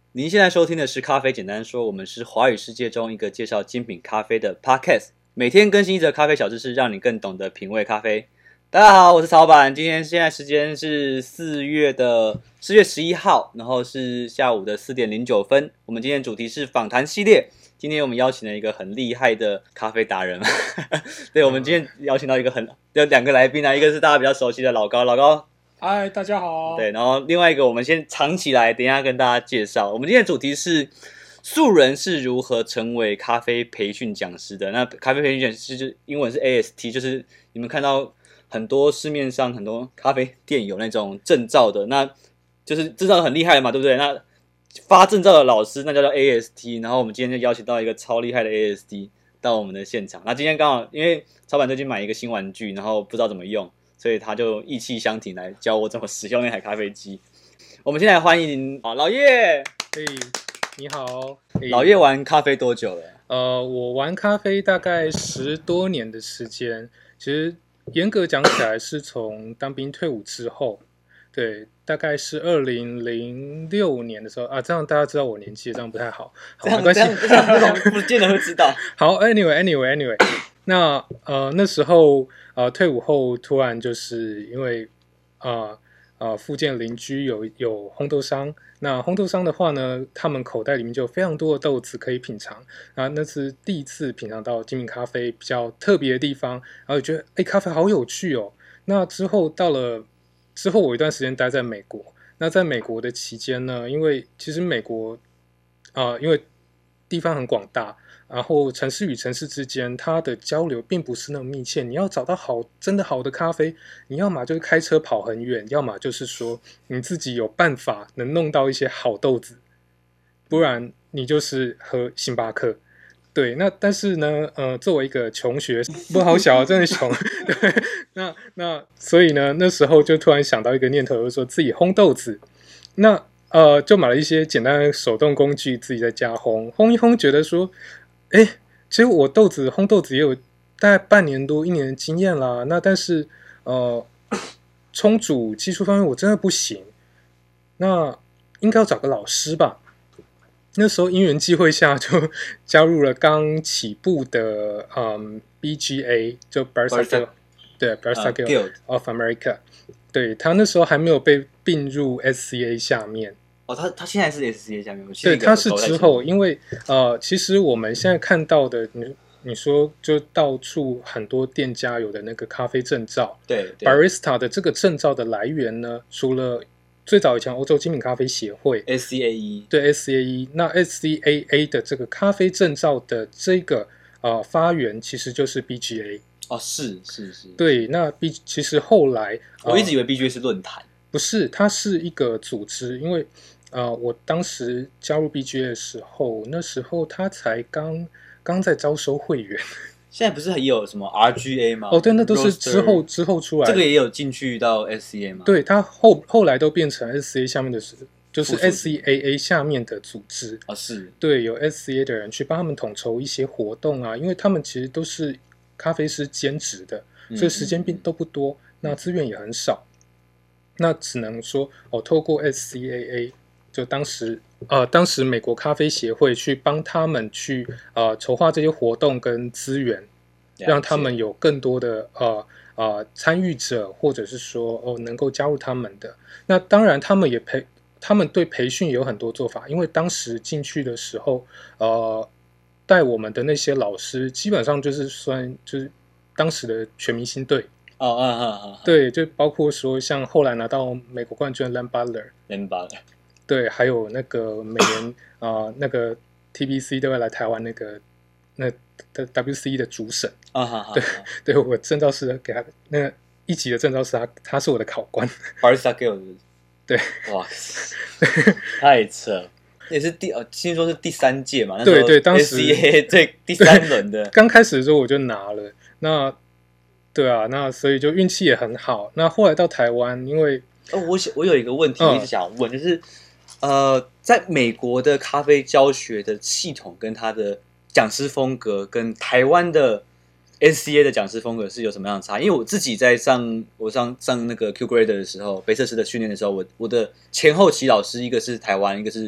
您现在收听的是《咖啡简单说》，我们是华语世界中一个介绍精品咖啡的 podcast， 每天更新一则咖啡小知识，让你更懂得品味咖啡。大家好，我是曹板，现在时间是4月11号，然后是下午的4点09分。我们今天主题是访谈系列，今天我们邀请了一个很厉害的咖啡达人，对，我们今天邀请到有两个来宾啊，一个是大家比较熟悉的老高。 嗨，大家好。 对，然后另外一个我们先藏起来，等一下跟大家介绍。我们今天的主题是素人是如何成为咖啡培训讲师的。那咖啡培训讲师就英文是 AST， 就是你们看到很多市面上很多咖啡店有那种证照的，那就是证照很厉害的嘛，对不对？那发证照的老师那叫做 AST， 然后我们今天就邀请到一个超厉害的 AST 到我们的现场。那今天刚好因为曹板最近买一个新玩具，然后不知道怎么用。所以他就意气相挺来教我怎么使用那台咖啡机。我们现在欢迎老叶。 嘿，你好。 老叶玩咖啡多久了？ 我玩咖啡大概10多年的时间。其实严格讲起来是从当兵退伍之后，对，大概是2006年的时候啊。这样大家知道我年纪，这样不太好。好，没关系， 不见得会知道。 好 ，anyway， 那时候退伍后突然就是因为附近邻居有烘豆商，那烘豆商的话呢，他们口袋里面就有非常多的豆子可以品尝。那是第一次品尝到精品咖啡比较特别的地方，然后觉得咖啡好有趣哦。那之后我有一段时间待在美国。那在美国的期间呢，因为其实美国因为地方很广大，然后城市与城市之间它的交流并不是那么密切，你要找到真的好的咖啡，你要么就是开车跑很远，要么就是说你自己有办法能弄到一些好豆子，不然你就是喝星巴克。对，那但是呢，作为一个穷学生，不好小，真的穷。对，那所以呢，那时候就突然想到一个念头，就是说自己烘豆子。那就买了一些简单的手动工具，自己在家烘一烘，觉得说，其实我烘豆子也有大概半年多1年的经验啦。那但是冲煮技术方面我真的不行，那应该要找个老师吧。那时候因缘际会下就加入了刚起步的BGA， 就 Barista Guild of America。对，他那时候还没有被并入 SCA 下面。 他现在是 SCA 下面。 对，他是之后，因为其实我们现在看到的，你说就到处很多店家有的那个咖啡证照， 对 Barista 的这个证照的来源呢，除了最早以前欧洲精品咖啡协会 SCAE， 对 SCAE， 那 SCAA 的这个咖啡证照的这个发源其实就是 BGA。 是。 对，那其实后来我一直以为 BGA 是论坛， 不是，它是一个组织。因为我当时加入 BGA 的时候，那时候他才刚在招收会员。 现在不是也有什么 RGA 吗？ 对，那都是之后出来的。 这个也有进去到 SCA 吗？ 对，它后来都变成 SCA 下面的，就是 SCAA 下面的组织。 是。 对，有 SCA 的人去帮他们统筹一些活动啊，因为他们其实都是咖啡师兼职的，所以时间都不多，那资源也很少。那只能说透过 SCAA， 就当时美国咖啡协会去帮他们去筹划这些活动跟资源，让他们有更多的参与者，或者是说能够加入他们的。那当然他们对培训也有很多做法，因为当时进去的时候带我们的那些老师基本上就是当时的全明星队。对，就包括说像后来拿到美国冠军的 Len Butler， 对，还有那个每年那个 TBC 都会来台湾那WC 的主审。对，我证照师给他那个一级的证照师，他是我的考官。 Barista Guild。对，哇，太扯。也是听说是第3届嘛？ 对，当时 SCA 第3轮的。 刚开始的时候我就拿了，那对啊，那所以就运气也很好。那后来到台湾，因为我有一个问题一直想问，就是在美国的咖啡教学的系统跟他的讲师风格，跟台湾的 SCA 的讲师风格是有什么样的差？因为我自己在上那个 Q Grader 的时候，杯测师的训练的时候，我的前后期老师一个是台湾，一个是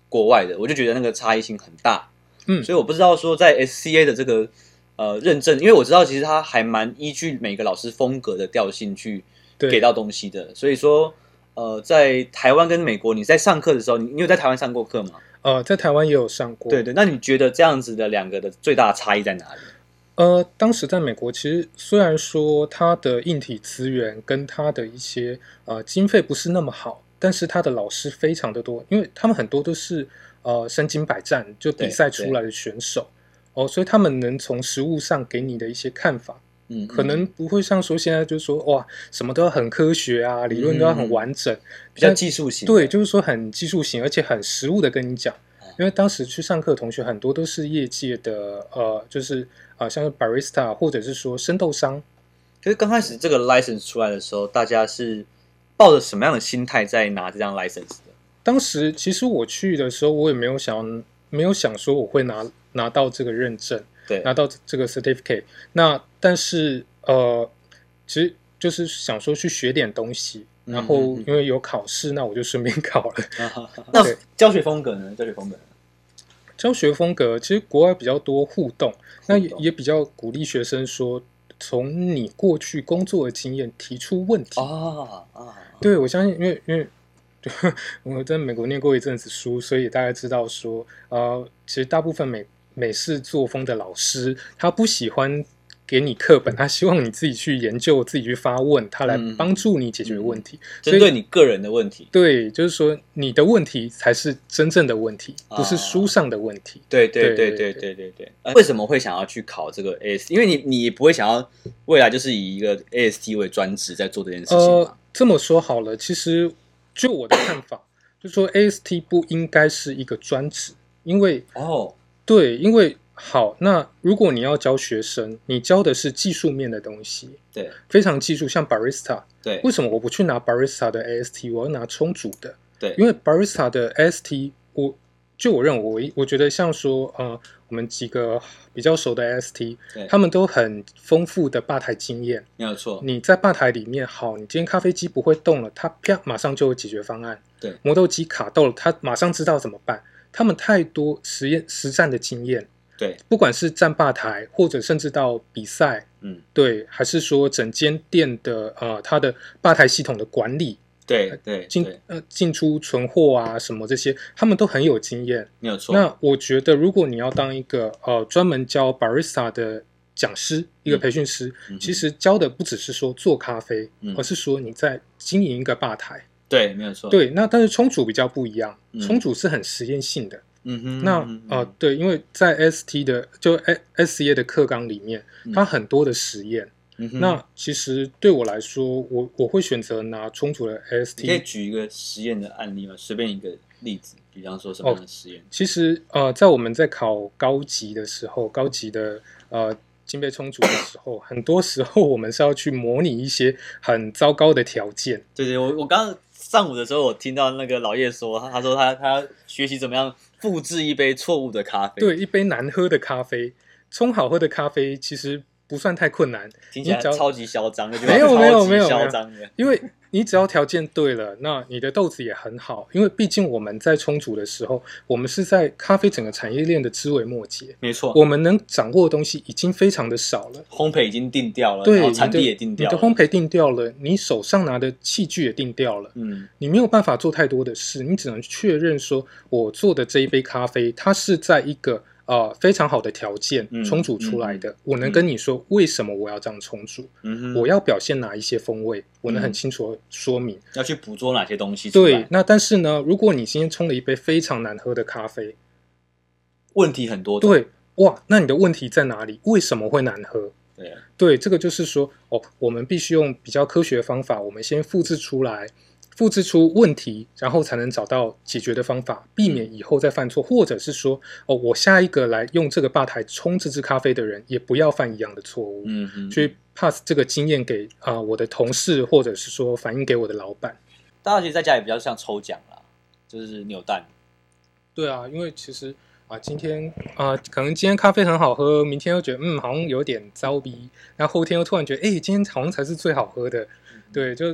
国外的，我就觉得那个差异性很大。 嗯， 所以我不知道说在 SCA 的这个认证，因为我知道其实它还蛮依据每个老师风格的调性去给到东西的。所以说在台湾跟美国，你在上课的时候，你有在台湾上过课吗？ 在台湾也有上过。 对对，那你觉得这样子的两个的最大的差异在哪里？ 当时在美国，其实虽然说它的硬体资源跟它的一些经费不是那么好，但是它的老师非常的多，因为他们很多都是身经百战就比赛出来的选手所以他们能从实务上给你的一些看法，可能不会像说现在就是说哇什么都要很科学啊，理论都要很完整， 比较技术型。 对，就是说很技术型，而且很实务的跟你讲。因为当时去上课的同学很多都是业界的就是像是 barista 或者是说生豆商。 可是刚开始这个 license 出来的时候，大家是抱着什么样的心态在拿这张 license 的？ 当时其实我去的时候，我也没有想说我会拿到这个认证， 对， 拿到这个 certificate。那但是其实就是想说去学点东西，然后因为有考试，那我就顺便考了。 那教学风格呢？ 教学风格其实国外比较多互动，那也比较鼓励学生说，从你过去工作的经验提出问题。对，我相信，因为我在美国念过一阵子书，所以大概知道说，其实大部分美式作风的老师，他不喜欢给你课本，他希望你自己去研究，自己去发问，他来帮助你解决问题， 针对你个人的问题。 对，就是说你的问题才是真正的问题，不是书上的问题。 对。为什么会想要去考这个 AST？ 因为你也不会想要未来就是以一个 AST 为专职在做这件事情嘛。 这么说好了，其实就我的看法，就是说 AST 不应该是一个专职，因为对，因为好，那如果你要教学生，你教的是技术面的东西， 对， 非常技术，像 barista， 对， 为什么我不去拿 barista 的 AST， 我要拿冲煮的？ 对， 因为 barista 的 AST， 我认为，我觉得像说我们几个比较熟的 AST， 他们都很丰富的吧台经验， 没有错。 你在吧台里面，好，你今天咖啡机不会动了，他啪马上就有解决方案。 对， 磨豆机卡豆了，他马上知道怎么办。他们太多实战的经验。 对， 不管是站吧台，或者甚至到比赛，对，还是说整间店的它的吧台系统的管理， 对， 进出存货啊什么这些，他们都很有经验， 没有错。 那我觉得，如果你要当一个专门教 barista 的讲师，一个培训师，其实教的不只是说做咖啡，而是说你在经营一个吧台。 对，没有错。 对，那但是冲煮比较不一样，冲煮是很实验性的。对，因为在 ST 的就 SCA 的课纲里面，它很多的实验。那其实对我来说，我会选择拿冲煮的 ST。 你可以举一个实验的案例吗？随便一个例子，比方说什么样的实验？ 其实在我们在考高级的时候，高级的精杯冲煮的时候，很多时候我们是要去模拟一些很糟糕的条件。 对，我刚刚上午的时候，我听到那个老叶说，他说他要学习怎么样复制一杯错误的咖啡。 对，一杯难喝的咖啡，冲好喝的咖啡其实不算太困难， 听起来超级嚣张， 没有， 嚣张的， 因为你只要条件对了，那你的豆子也很好。因为毕竟我们在冲煮的时候，我们是在咖啡整个产业链的枝微末节， 没错， 我们能掌握的东西已经非常的少了。 烘焙已经定掉了， 对， 然后产地也定掉了， 你的烘焙定掉了，你手上拿的器具也定掉了，你没有办法做太多的事，你只能确认说，我做的这一杯咖啡，它是在一个非常好的条件冲煮出来的，我能跟你说为什么我要这样冲煮，我要表现哪一些风味，我能很清楚的说明， 要去捕捉哪些东西出来。 对，那但是呢，如果你今天冲了一杯非常难喝的咖啡， 问题很多。 对，哇，那你的问题在哪里？为什么会难喝？对，这个就是说，我们必须用比较科学的方法，我们先复制出问题，然后才能找到解决的方法，避免以后再犯错，或者是说，我下一个来用这个吧台冲这支咖啡的人，也不要犯一样的错误。所以 pass 这个经验给我的同事，或者是说反映给我的老板。 大家其实在家里比较像抽奖啦，就是扭蛋。 对啊，因为其实今天可能今天咖啡很好喝，明天又觉得好像有点糟逼，然后后天又突然觉得今天好像才是最好喝的。对，就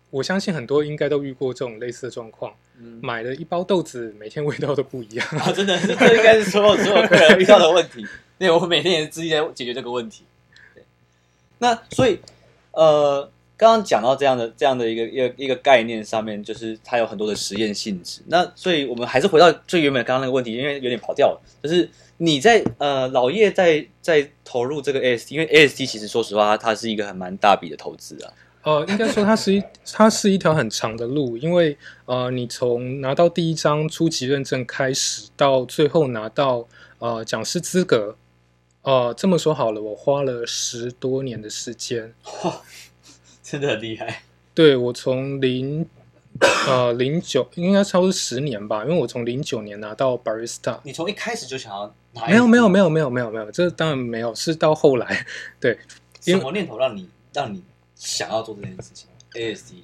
我相信很多应该都遇过这种类似的状况。买了一包豆子，每天味道都不一样。 真的，这应该是所有客人遇到的问题。对，我每天也是自己在解决这个问题。对，那所以刚刚讲到这样的一个概念上面，就是它有很多的实验性质。那所以我们还是回到最原本刚刚那个问题，因为有点跑掉了。就是你在老叶在投入这个 AST， 因为 AST 其实说实话，它是一个很蛮大笔的投资啊。 应该说它是一条很长的路，因为你从拿到第一张初级认证开始，到最后拿到讲师资格，这么说好了，我花了10多年的时间。 真的很厉害。 对，我从09应该差不多10年吧，因为我从09年拿到 Barista。 你从一开始就想要拿？ 没有，这当然没有，是到后来。对， 什么念头让你想要做这件事情 ？AST？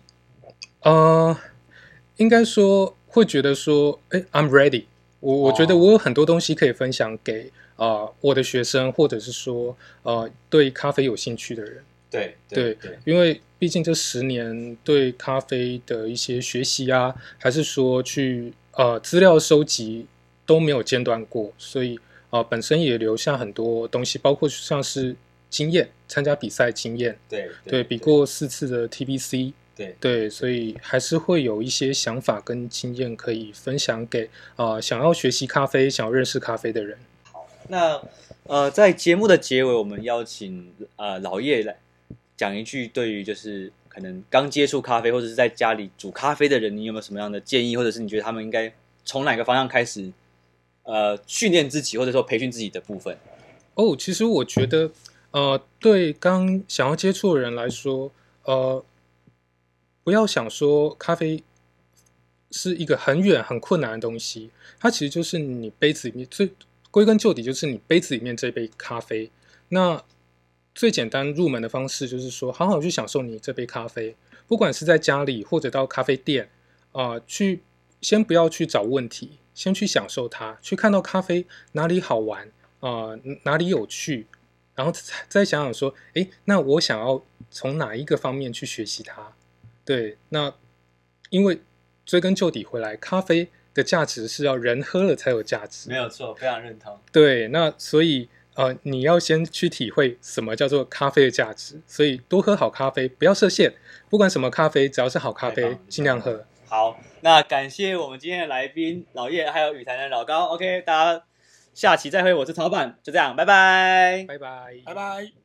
应该说会觉得说，I'm ready。我觉得我有很多东西可以分享给我的学生，或者是说对咖啡有兴趣的人。对，因为毕竟这10年对咖啡的一些学习啊，还是说去资料收集都没有间断过，所以本身也留下很多东西，包括像是经验，参加比赛经验，对，比过4次的 TBC， 对，所以还是会有一些想法跟经验可以分享给想要学习咖啡、想要认识咖啡的人。 好，那在节目的结尾，我们邀请老叶来讲一句，对于就是可能刚接触咖啡或者是在家里煮咖啡的人，你有没有什么样的建议，或者是你觉得他们应该从哪个方向开始训练自己，或者说培训自己的部分？ 其实我觉得对刚想要接触的人来说，不要想说咖啡是一个很远很困难的东西，它其实就是你杯子里面归根究底就是你杯子里面这杯咖啡。那最简单入门的方式就是说，好好去享受你这杯咖啡，不管是在家里或者到咖啡店，去先不要去找问题，先去享受它，去看到咖啡哪里好玩，哪里有趣，然后再想想说，那我想要从哪一个方面去学习它？对，那因为追根究底回来，咖啡的价值是要人喝了才有价值， 没有错，非常认同。 对，那所以你要先去体会什么叫做咖啡的价值，所以多喝好咖啡，不要设限，不管什么咖啡，只要是好咖啡，尽量喝。 好，那感谢我们今天的来宾老叶，还有雨坛的老高。OK， 大家下期再会，我是曹板，就这样，拜拜， 拜拜， 拜拜。